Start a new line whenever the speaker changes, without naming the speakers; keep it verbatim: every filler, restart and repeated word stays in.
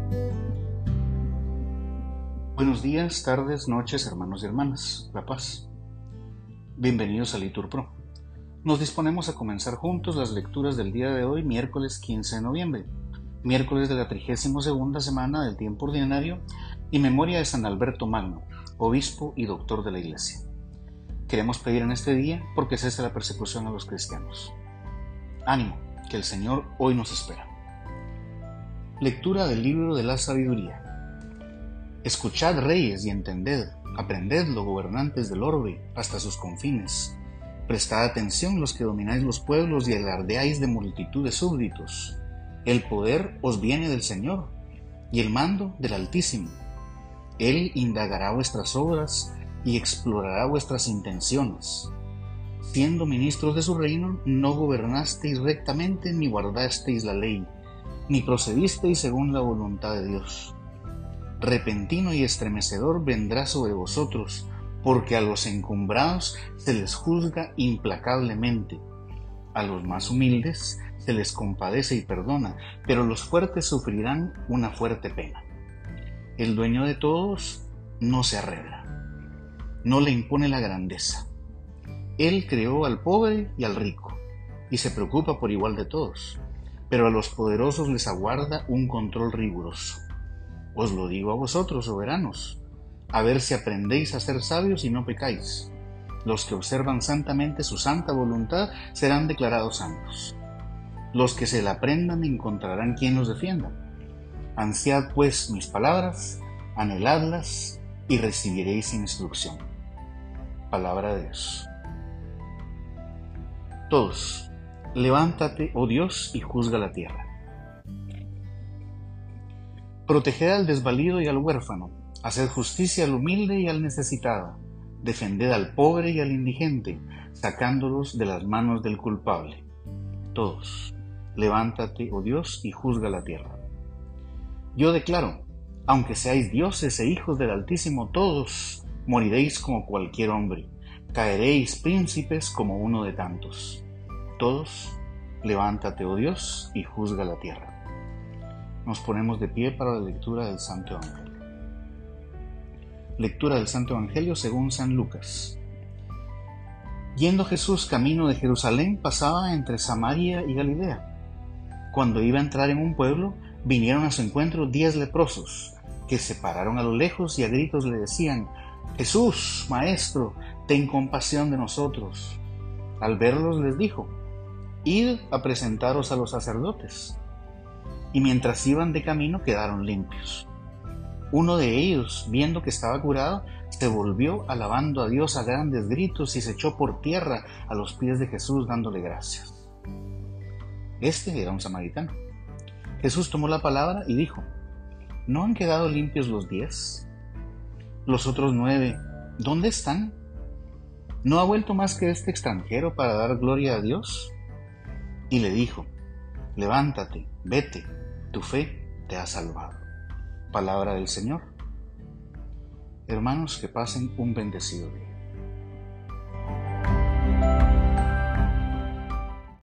Buenos días, tardes, noches, hermanos y hermanas, La Paz. Bienvenidos a LiturPro. Nos disponemos a comenzar juntos las lecturas del día de hoy, miércoles quince de noviembre, miércoles de la trigésima segunda semana del tiempo ordinario y memoria de San Alberto Magno, obispo y doctor de la Iglesia. Queremos pedir en este día porque cese la persecución a los cristianos. Ánimo, que el Señor hoy nos espera. Lectura del libro de la sabiduría. Escuchad, reyes, y entended, aprendedlo, gobernantes del orbe, hasta sus confines. Prestad atención los que domináis los pueblos y alardeáis de multitud de súbditos. El poder os viene del Señor, y el mando del Altísimo. Él indagará vuestras obras y explorará vuestras intenciones. Siendo ministros de su reino, no gobernasteis rectamente, ni guardasteis la ley, ni procedisteis según la voluntad de Dios. Repentino y estremecedor vendrá sobre vosotros, porque a los encumbrados se les juzga implacablemente. A los más humildes se les compadece y perdona, pero los fuertes sufrirán una fuerte pena. El dueño de todos no se arregla, no le impone la grandeza. Él creó al pobre y al rico, y se preocupa por igual de todos, pero a los poderosos les aguarda un control riguroso. Os lo digo a vosotros, soberanos, a ver si aprendéis a ser sabios y no pecáis. Los que observan santamente su santa voluntad serán declarados santos. Los que se la aprendan encontrarán quien los defienda. Ansiad pues mis palabras, anheladlas y recibiréis instrucción. Palabra de Dios. Todos, levántate, oh Dios, y juzga la tierra. Proteged al desvalido y al huérfano, haced justicia al humilde y al necesitado, defended al pobre y al indigente, sacándolos de las manos del culpable. Todos, levántate, oh Dios, y juzga la tierra. Yo declaro, aunque seáis dioses e hijos del Altísimo, todos moriréis como cualquier hombre, caeréis príncipes como uno de tantos. Todos, levántate, oh Dios, y juzga la tierra. Nos ponemos de pie para la lectura del Santo Evangelio. Lectura del Santo Evangelio según San Lucas. Yendo Jesús camino de Jerusalén, pasaba entre Samaria y Galilea. Cuando iba a entrar en un pueblo, vinieron a su encuentro diez leprosos, que se pararon a lo lejos y a gritos le decían: Jesús, Maestro, ten compasión de nosotros. Al verlos les dijo: Id a presentaros a los sacerdotes. Y mientras iban de camino quedaron limpios. Uno de ellos, viendo que estaba curado, se volvió alabando a Dios a grandes gritos y se echó por tierra a los pies de Jesús dándole gracias. Este era un samaritano. Jesús tomó la palabra y dijo: ¿No han quedado limpios los diez? Los otros nueve, ¿dónde están? ¿No ha vuelto más que este extranjero para dar gloria a Dios? Y le dijo: Levántate, vete, tu fe te ha salvado. Palabra del Señor. Hermanos, que pasen un bendecido día.